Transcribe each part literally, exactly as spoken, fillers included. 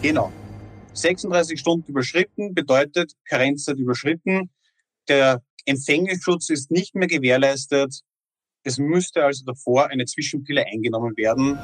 Genau. sechsunddreißig Stunden überschritten bedeutet Karenzzeit überschritten. Der Empfängnisschutz ist nicht mehr gewährleistet. Es müsste also davor eine Zwischenpille eingenommen werden.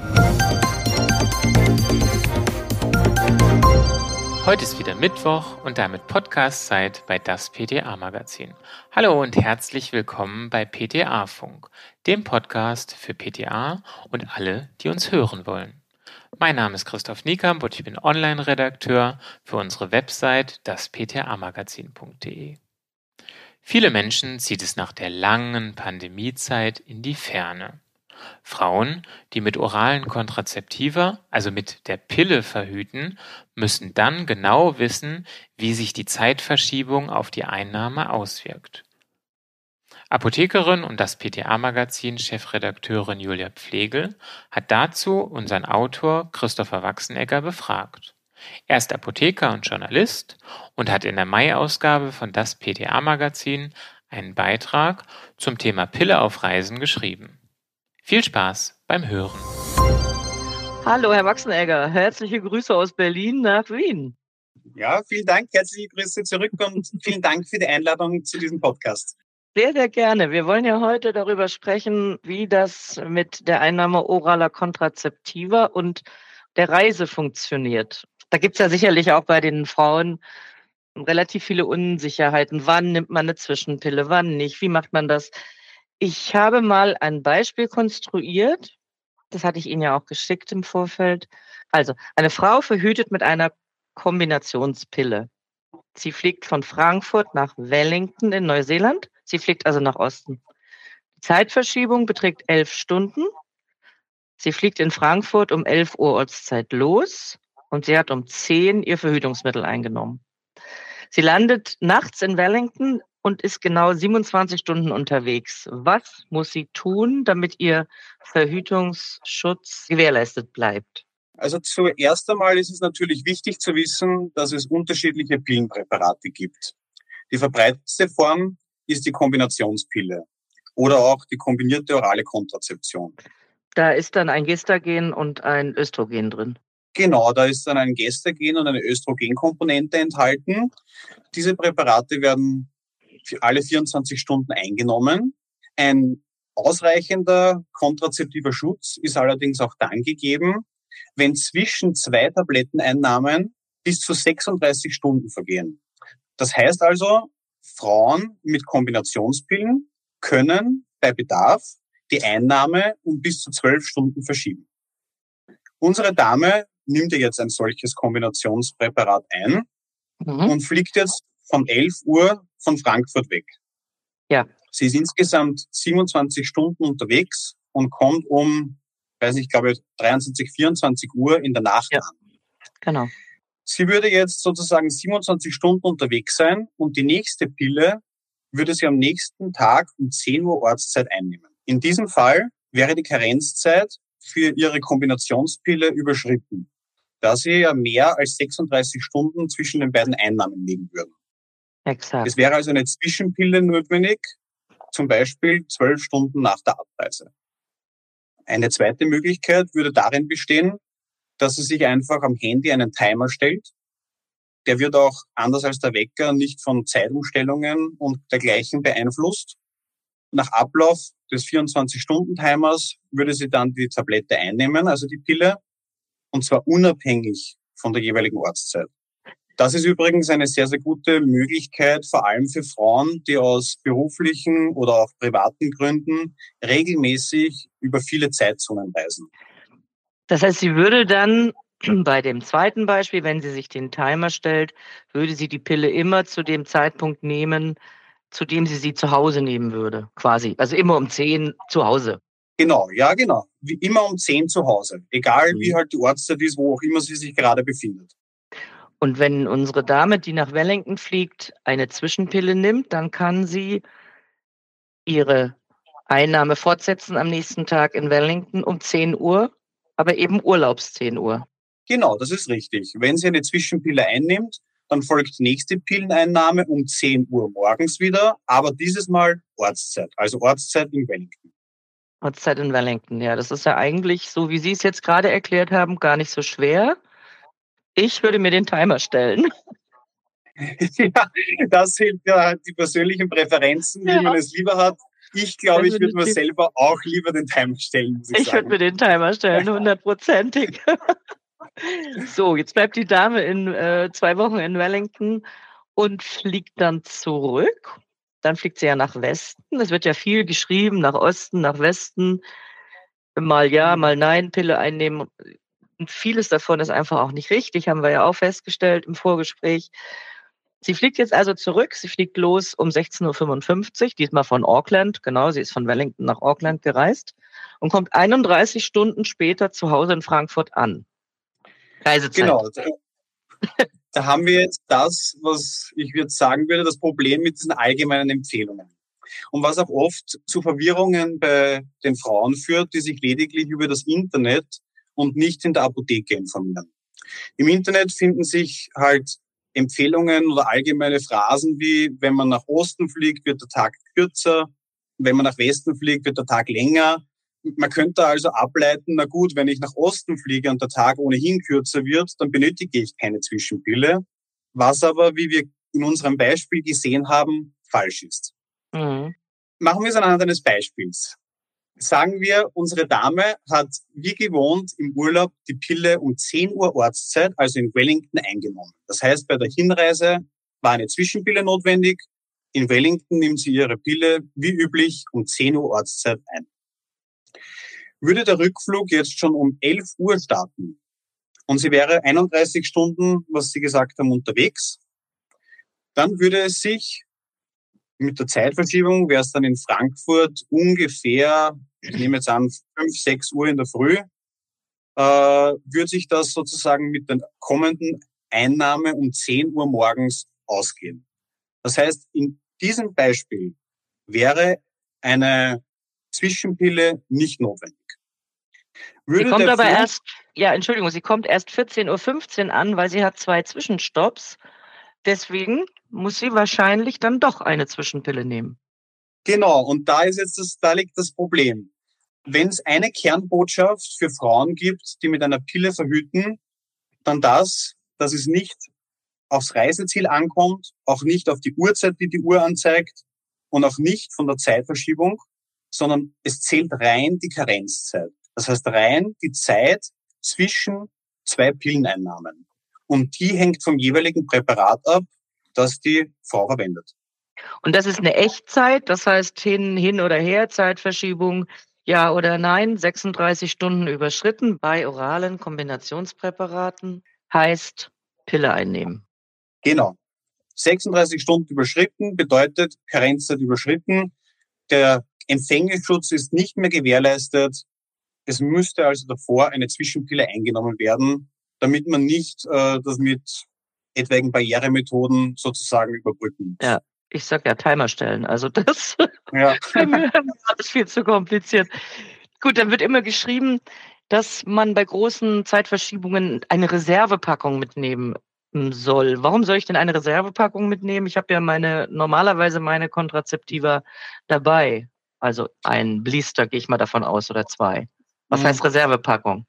Heute ist wieder Mittwoch und damit Podcast-Zeit bei das P T A-Magazin. Hallo und herzlich willkommen bei P T A-Funk, dem Podcast für P T A und alle, die uns hören wollen. Mein Name ist Christoph Niekamp und ich bin Online-Redakteur für unsere Website das p t a magazin punkt d e. Viele Menschen zieht es nach der langen Pandemiezeit in die Ferne. Frauen, die mit oralen Kontrazeptiva, also mit der Pille verhüten, müssen dann genau wissen, wie sich die Zeitverschiebung auf die Einnahme auswirkt. Apothekerin und das P T A-Magazin-Chefredakteurin Julia Pflegel hat dazu unseren Autor Christopher Wachsenegger befragt. Er ist Apotheker und Journalist und hat in der Mai-Ausgabe von das P T A-Magazin einen Beitrag zum Thema Pille auf Reisen geschrieben. Viel Spaß beim Hören. Hallo, Herr Wachsenegger. Herzliche Grüße aus Berlin nach Wien. Ja, vielen Dank. Herzliche Grüße zurück und vielen Dank für die Einladung zu diesem Podcast. Sehr, sehr gerne. Wir wollen ja heute darüber sprechen, wie das mit der Einnahme oraler Kontrazeptiva und der Reise funktioniert. Da gibt es ja sicherlich auch bei den Frauen relativ viele Unsicherheiten. Wann nimmt man eine Zwischenpille, wann nicht? Wie macht man das? Ich habe mal ein Beispiel konstruiert. Das hatte ich Ihnen ja auch geschickt im Vorfeld. Also, eine Frau verhütet mit einer Kombinationspille. Sie fliegt von Frankfurt nach Wellington in Neuseeland. Sie fliegt also nach Osten. Die Zeitverschiebung beträgt elf Stunden. Sie fliegt in Frankfurt um elf Uhr Ortszeit los und sie hat um zehn ihr Verhütungsmittel eingenommen. Sie landet nachts in Wellington und ist genau siebenundzwanzig Stunden unterwegs. Was muss sie tun, damit ihr Verhütungsschutz gewährleistet bleibt? Also zuerst einmal ist es natürlich wichtig zu wissen, dass es unterschiedliche Pillenpräparate gibt. Die verbreitetste Form ist die Kombinationspille oder auch die kombinierte orale Kontrazeption. Da ist dann ein Gestagen und ein Östrogen drin. Genau, da ist dann ein Gestagen und eine Östrogenkomponente enthalten. Diese Präparate werden für alle vierundzwanzig Stunden eingenommen. Ein ausreichender kontrazeptiver Schutz ist allerdings auch dann gegeben, wenn zwischen zwei Tabletteneinnahmen bis zu sechsunddreißig Stunden vergehen. Das heißt also, Frauen mit Kombinationspillen können bei Bedarf die Einnahme um bis zu zwölf Stunden verschieben. Unsere Dame nimmt ja jetzt ein solches Kombinationspräparat ein mhm. und fliegt jetzt von elf Uhr von Frankfurt weg. Ja. Sie ist insgesamt siebenundzwanzig Stunden unterwegs und kommt um, weiß nicht, ich glaube dreiundzwanzig, vierundzwanzig Uhr in der Nacht ja. an. Genau. Sie würde jetzt sozusagen siebenundzwanzig Stunden unterwegs sein und die nächste Pille würde sie am nächsten Tag um zehn Uhr Ortszeit einnehmen. In diesem Fall wäre die Karenzzeit für ihre Kombinationspille überschritten, da sie ja mehr als sechsunddreißig Stunden zwischen den beiden Einnahmen liegen würden. Exakt. Es wäre also eine Zwischenpille notwendig, zum Beispiel zwölf Stunden nach der Abreise. Eine zweite Möglichkeit würde darin bestehen, dass sie sich einfach am Handy einen Timer stellt. Der wird auch, anders als der Wecker, nicht von Zeitumstellungen und dergleichen beeinflusst. Nach Ablauf des vierundzwanzig-Stunden-Timers würde sie dann die Tablette einnehmen, also die Pille, und zwar unabhängig von der jeweiligen Ortszeit. Das ist übrigens eine sehr, sehr gute Möglichkeit, vor allem für Frauen, die aus beruflichen oder auch privaten Gründen regelmäßig über viele Zeitzonen reisen. Das heißt, sie würde dann bei dem zweiten Beispiel, wenn sie sich den Timer stellt, würde sie die Pille immer zu dem Zeitpunkt nehmen, zu dem sie sie zu Hause nehmen würde, quasi. Also immer um zehn zu Hause. Genau, ja genau. Wie immer um zehn zu Hause. Egal wie halt die Ortszeit ist, wo auch immer sie sich gerade befindet. Und wenn unsere Dame, die nach Wellington fliegt, eine Zwischenpille nimmt, dann kann sie ihre Einnahme fortsetzen am nächsten Tag in Wellington um zehn Uhr, aber eben Urlaubs zehn Uhr. Genau, das ist richtig. Wenn sie eine Zwischenpille einnimmt, dann folgt nächste Pilleneinnahme um zehn Uhr morgens wieder, aber dieses Mal Ortszeit, also Ortszeit in Wellington. Ortszeit in Wellington, ja. Das ist ja eigentlich, so wie Sie es jetzt gerade erklärt haben, gar nicht so schwer. Ich würde mir den Timer stellen. Ja, das sind ja die persönlichen Präferenzen, wie Ja. man es lieber hat. Ich glaube, Das ich würde würde mir ich- selber auch lieber den Timer stellen, muss ich, Ich würde sagen. mir den Timer stellen, hundertprozentig. So, jetzt bleibt die Dame in äh, zwei Wochen in Wellington und fliegt dann zurück. Dann fliegt sie ja nach Westen. Es wird ja viel geschrieben, nach Osten, nach Westen. Mal ja, mal nein, Pille einnehmen. Und vieles davon ist einfach auch nicht richtig, haben wir ja auch festgestellt im Vorgespräch. Sie fliegt jetzt also zurück. Sie fliegt los um sechzehn Uhr fünfundfünfzig, diesmal von Auckland. Genau, sie ist von Wellington nach Auckland gereist und kommt einunddreißig Stunden später zu Hause in Frankfurt an. Reisezeit. Genau. Da, da haben wir jetzt das, was ich jetzt sagen würde, das Problem mit diesen allgemeinen Empfehlungen. Und was auch oft zu Verwirrungen bei den Frauen führt, die sich lediglich über das Internet und nicht in der Apotheke informieren. Im Internet finden sich halt Empfehlungen oder allgemeine Phrasen wie, wenn man nach Osten fliegt, wird der Tag kürzer, wenn man nach Westen fliegt, wird der Tag länger. Man könnte also ableiten, na gut, wenn ich nach Osten fliege und der Tag ohnehin kürzer wird, dann benötige ich keine Zwischenpille, was aber, wie wir in unserem Beispiel gesehen haben, falsch ist. Mhm. Machen wir es anhand eines Beispiels. Sagen wir, unsere Dame hat wie gewohnt im Urlaub die Pille um zehn Uhr Ortszeit, also in Wellington, eingenommen. Das heißt, bei der Hinreise war eine Zwischenpille notwendig. In Wellington nimmt sie ihre Pille wie üblich um zehn Uhr Ortszeit ein. Würde der Rückflug jetzt schon um elf Uhr starten und sie wäre einunddreißig Stunden, was Sie gesagt haben, unterwegs, dann würde es sich mit der Zeitverschiebung, wäre es dann in Frankfurt ungefähr, ich nehme jetzt an, fünf, sechs Uhr in der Früh, äh, würde sich das sozusagen mit der kommenden Einnahme um zehn Uhr morgens ausgehen. Das heißt, in diesem Beispiel wäre eine Zwischenpille nicht notwendig. Würde sie kommt der aber Flug, erst, ja, Entschuldigung, sie kommt erst vierzehn Uhr fünfzehn an, weil sie hat zwei Zwischenstopps. Deswegen muss sie wahrscheinlich dann doch eine Zwischenpille nehmen. Genau, und da ist jetzt das, da liegt das Problem. Wenn es eine Kernbotschaft für Frauen gibt, die mit einer Pille verhüten, dann das, dass es nicht aufs Reiseziel ankommt, auch nicht auf die Uhrzeit, die die Uhr anzeigt und auch nicht von der Zeitverschiebung, sondern es zählt rein die Karenzzeit. Das heißt rein die Zeit zwischen zwei Pilleneinnahmen. Und die hängt vom jeweiligen Präparat ab, das die Frau verwendet. Und das ist eine Echtzeit, das heißt hin, hin oder her, Zeitverschiebung, ja oder nein, sechsunddreißig Stunden überschritten bei oralen Kombinationspräparaten heißt Pille einnehmen. Genau. sechsunddreißig Stunden überschritten bedeutet Karenzzeit überschritten. Der Empfängnisschutz ist nicht mehr gewährleistet. Es müsste also davor eine Zwischenpille eingenommen werden, damit man nicht äh, das mit etwaigen Barrieremethoden sozusagen überbrücken muss. Ja, ich sag ja Timer stellen. Also das Ja. ist viel zu kompliziert. Gut, dann wird immer geschrieben, dass man bei großen Zeitverschiebungen eine Reservepackung mitnehmen soll. Warum soll ich denn eine Reservepackung mitnehmen? Ich habe ja meine normalerweise meine Kontrazeptiva dabei. Also ein Blister gehe ich mal davon aus oder zwei. Was Mhm. heißt Reservepackung?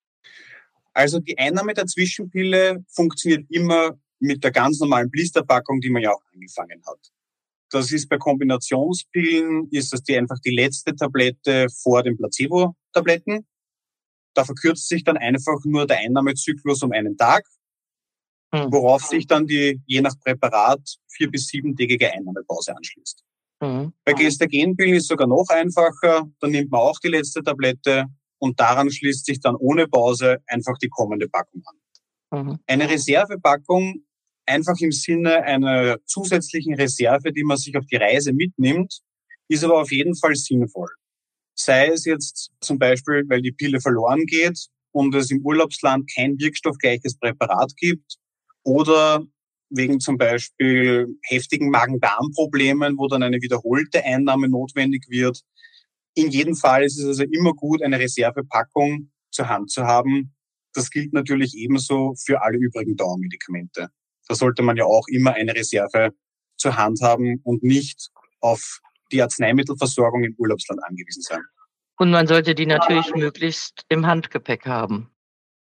Also die Einnahme der Zwischenpille funktioniert immer mit der ganz normalen Blisterpackung, die man ja auch angefangen hat. Das ist bei Kombinationspillen, ist das die einfach die letzte Tablette vor den Placebo-Tabletten. Da verkürzt sich dann einfach nur der Einnahmezyklus um einen Tag, Hm. worauf sich dann die je nach Präparat vier- bis siebentägige Einnahmepause anschließt. Mhm. Bei Gestagenpillen ist es sogar noch einfacher. Da nimmt man auch die letzte Tablette und daran schließt sich dann ohne Pause einfach die kommende Packung an. Mhm. Eine Reservepackung einfach im Sinne einer zusätzlichen Reserve, die man sich auf die Reise mitnimmt, ist aber auf jeden Fall sinnvoll. Sei es jetzt zum Beispiel, weil die Pille verloren geht und es im Urlaubsland kein wirkstoffgleiches Präparat gibt oder wegen zum Beispiel heftigen Magen-Darm-Problemen, wo dann eine wiederholte Einnahme notwendig wird. In jedem Fall ist es also immer gut, eine Reservepackung zur Hand zu haben. Das gilt natürlich ebenso für alle übrigen Dauermedikamente. Da sollte man ja auch immer eine Reserve zur Hand haben und nicht auf die Arzneimittelversorgung im Urlaubsland angewiesen sein. Und man sollte die natürlich möglichst im Handgepäck haben.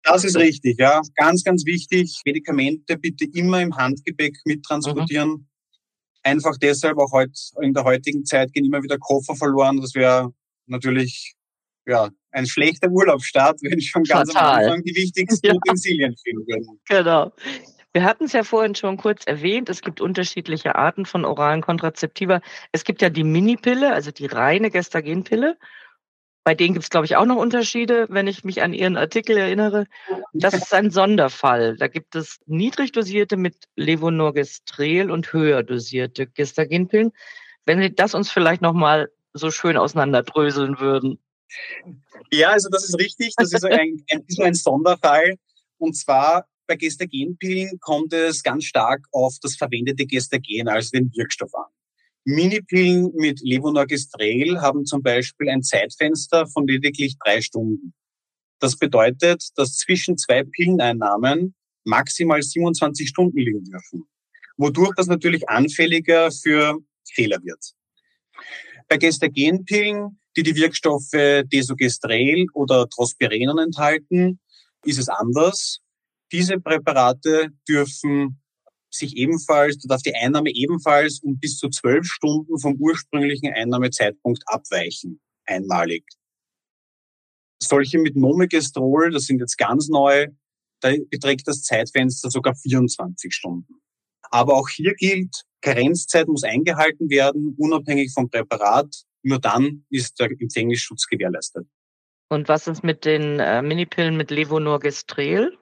Das ist richtig, ja. Ganz, ganz wichtig. Medikamente bitte immer im Handgepäck mittransportieren. Mhm. Einfach deshalb, auch heute, in der heutigen Zeit gehen immer wieder Koffer verloren. Das wäre natürlich, ja, ein schlechter Urlaubsstart, wenn schon ganz Total. am Anfang die wichtigsten ja. Utensilien fehlen würden. Genau. Wir hatten es ja vorhin schon kurz erwähnt, es gibt unterschiedliche Arten von oralen Kontrazeptiva. Es gibt ja die Minipille, also die reine Gestagenpille. Bei denen gibt es, glaube ich, auch noch Unterschiede, wenn ich mich an Ihren Artikel erinnere. Das ist ein Sonderfall. Da gibt es niedrig dosierte mit Levonorgestrel und höher dosierte Gestagenpillen. Wenn Sie das uns vielleicht noch mal so schön auseinanderdröseln würden. Ja, also das ist richtig. Das ist ein, ein bisschen ein Sonderfall. Und zwar bei Gestagenpillen kommt es ganz stark auf das verwendete Gestagen, also den Wirkstoff an. Minipillen mit Levonorgestrel haben zum Beispiel ein Zeitfenster von lediglich drei Stunden. Das bedeutet, dass zwischen zwei Pilleneinnahmen maximal siebenundzwanzig Stunden liegen dürfen, wodurch das natürlich anfälliger für Fehler wird. Bei Gestagenpillen, die die Wirkstoffe Desogestrel oder Trospirenon enthalten, ist es anders. Diese Präparate dürfen sich ebenfalls, da darf die Einnahme ebenfalls um bis zu zwölf Stunden vom ursprünglichen Einnahmezeitpunkt abweichen, einmalig. Solche mit Nomegestrol, das sind jetzt ganz neu, da beträgt das Zeitfenster sogar vierundzwanzig Stunden. Aber auch hier gilt, Karenzzeit muss eingehalten werden, unabhängig vom Präparat. Nur dann ist der Empfängnisschutz gewährleistet. Und was ist mit den äh, Minipillen mit Levonorgestrel?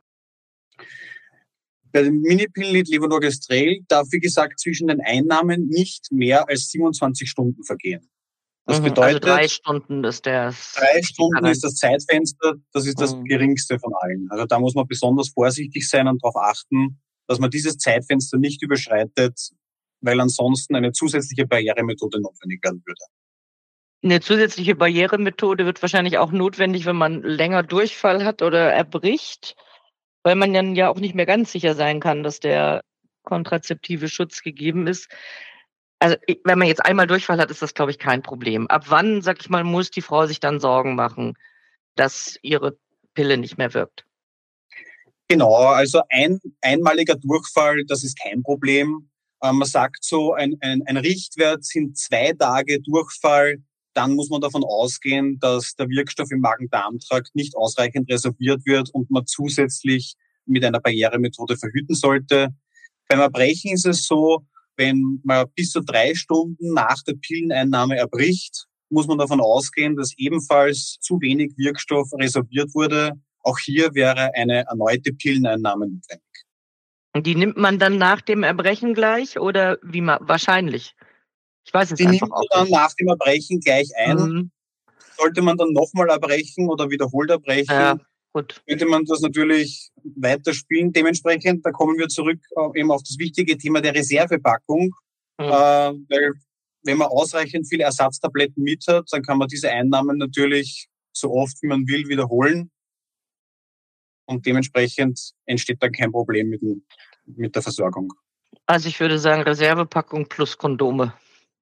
Bei den Minipillen mit Levonorgestrel darf, wie gesagt, zwischen den Einnahmen nicht mehr als siebenundzwanzig Stunden vergehen. Das mhm, bedeutet, also drei Stunden ist der. Drei Stunden ist das Zeitfenster, das ist das mhm. geringste von allen. Also da muss man besonders vorsichtig sein und darauf achten, dass man dieses Zeitfenster nicht überschreitet, weil ansonsten eine zusätzliche Barrieremethode notwendig werden würde. Eine zusätzliche Barrieremethode wird wahrscheinlich auch notwendig, wenn man länger Durchfall hat oder erbricht, weil man dann ja auch nicht mehr ganz sicher sein kann, dass der kontrazeptive Schutz gegeben ist. Also wenn man jetzt einmal Durchfall hat, ist das, glaube ich, kein Problem. Ab wann, sag ich mal, muss die Frau sich dann Sorgen machen, dass ihre Pille nicht mehr wirkt? Genau, also ein einmaliger Durchfall, das ist kein Problem. Ähm, man sagt so, ein, ein, ein Richtwert sind zwei Tage Durchfall. Dann muss man davon ausgehen, dass der Wirkstoff im Magen-Darm-Trakt nicht ausreichend resorbiert wird und man zusätzlich mit einer Barrieremethode verhüten sollte. Beim Erbrechen ist es so, wenn man bis zu drei Stunden nach der Pilleneinnahme erbricht, muss man davon ausgehen, dass ebenfalls zu wenig Wirkstoff resorbiert wurde. Auch hier wäre eine erneute Pilleneinnahme notwendig. Und die nimmt man dann nach dem Erbrechen gleich oder wie man wahrscheinlich? Ich weiß es die einfach nimmt auch man dann nicht. nach dem Erbrechen gleich ein. Mhm. Sollte man dann nochmal erbrechen oder wiederholt erbrechen, ja, gut. könnte man das natürlich weiterspielen. Dementsprechend, da kommen wir zurück äh, eben auf das wichtige Thema der Reservepackung. Mhm. Äh, weil wenn man ausreichend viele Ersatztabletten mit hat, dann kann man diese Einnahmen natürlich so oft wie man will wiederholen. Und dementsprechend entsteht dann kein Problem mit, dem, mit der Versorgung. Also ich würde sagen, Reservepackung plus Kondome.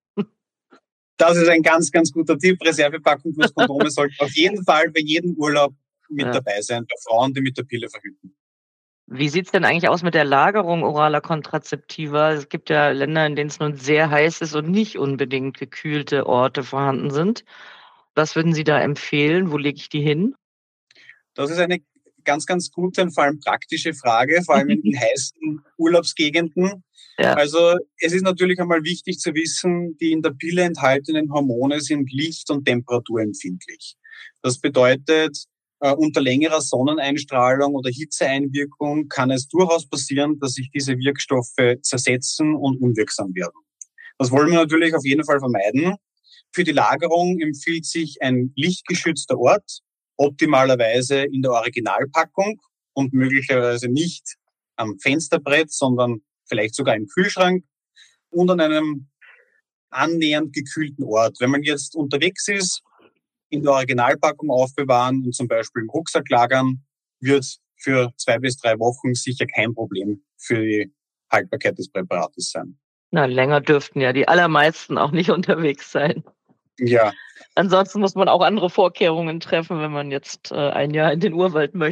Das ist ein ganz, ganz guter Tipp. Reservepackung plus Kondome sollten auf jeden Fall bei jedem Urlaub mit ja. dabei sein, bei Frauen, die mit der Pille verhüten. Wie sieht's denn eigentlich aus mit der Lagerung oraler Kontrazeptiva? Es gibt ja Länder, in denen es nun sehr heiß ist und nicht unbedingt gekühlte Orte vorhanden sind. Was würden Sie da empfehlen? Wo lege ich die hin? Das ist eine ganz, ganz gute und vor allem praktische Frage, vor allem in, in heißen Urlaubsgegenden. Ja. Also es ist natürlich einmal wichtig zu wissen, die in der Pille enthaltenen Hormone sind licht- und temperaturempfindlich. Das bedeutet, äh, unter längerer Sonneneinstrahlung oder Hitzeeinwirkung kann es durchaus passieren, dass sich diese Wirkstoffe zersetzen und unwirksam werden. Das wollen wir natürlich auf jeden Fall vermeiden. Für die Lagerung empfiehlt sich ein lichtgeschützter Ort, optimalerweise in der Originalpackung und möglicherweise nicht am Fensterbrett, sondern vielleicht sogar im Kühlschrank und an einem annähernd gekühlten Ort. Wenn man jetzt unterwegs ist, in der Originalpackung aufbewahren und zum Beispiel im Rucksack lagern, wird für zwei bis drei Wochen sicher kein Problem für die Haltbarkeit des Präparates sein. Na, länger dürften ja die allermeisten auch nicht unterwegs sein. Ja. Ansonsten muss man auch andere Vorkehrungen treffen, wenn man jetzt äh, ein Jahr in den Urwald möchte.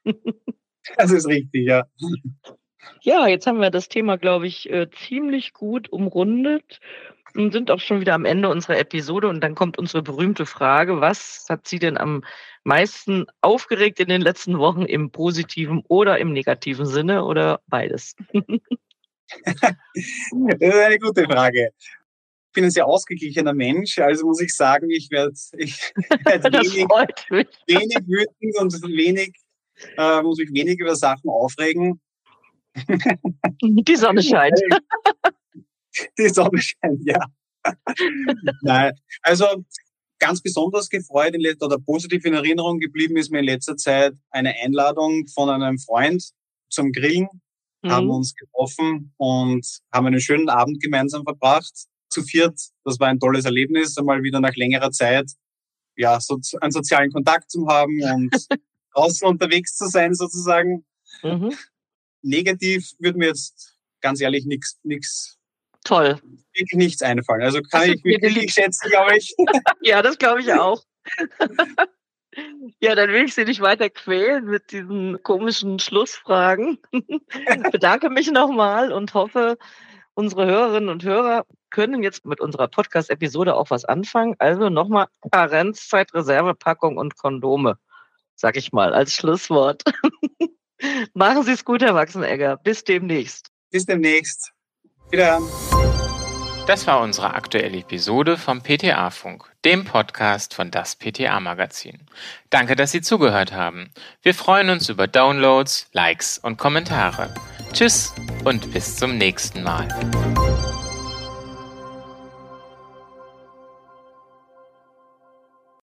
Das ist richtig, ja. Ja, jetzt haben wir das Thema, glaube ich, äh, ziemlich gut umrundet und sind auch schon wieder am Ende unserer Episode. Und dann kommt unsere berühmte Frage: Was hat Sie denn am meisten aufgeregt in den letzten Wochen, im positiven oder im negativen Sinne oder beides? Das ist eine gute Frage. Ich bin ein sehr ausgeglichener Mensch, also muss ich sagen, ich werde ich werd wenig, wenig wütend und wenig, äh, muss mich wenig über Sachen aufregen. Die Sonne scheint. Die Sonne scheint, ja. Nein, also ganz besonders gefreut in letzter, oder positiv in Erinnerung geblieben ist mir in letzter Zeit eine Einladung von einem Freund zum Grillen. Mhm. Haben uns getroffen und haben einen schönen Abend gemeinsam verbracht. Zu viert. Das war ein tolles Erlebnis, einmal wieder nach längerer Zeit ja so einen sozialen Kontakt zu haben und draußen unterwegs zu sein sozusagen. Mhm. Negativ würde mir jetzt ganz ehrlich nichts nichts toll wirklich nichts einfallen. Also kann also ich mich wirklich schätzen, glaube ich. Ja, das glaube ich auch. Ja, dann will ich Sie nicht weiter quälen mit diesen komischen Schlussfragen. Ich bedanke mich nochmal und hoffe, unsere Hörerinnen und Hörer können jetzt mit unserer Podcast-Episode auch was anfangen. Also nochmal Karenzzeit, Reservepackung und Kondome, sag ich mal, als Schlusswort. Machen Sie es gut, Herr Wachsenegger. Bis demnächst. Bis demnächst. Wiederhören. Das war unsere aktuelle Episode vom P T A-Funk, dem Podcast von das P T A-Magazin. Danke, dass Sie zugehört haben. Wir freuen uns über Downloads, Likes und Kommentare. Tschüss und bis zum nächsten Mal.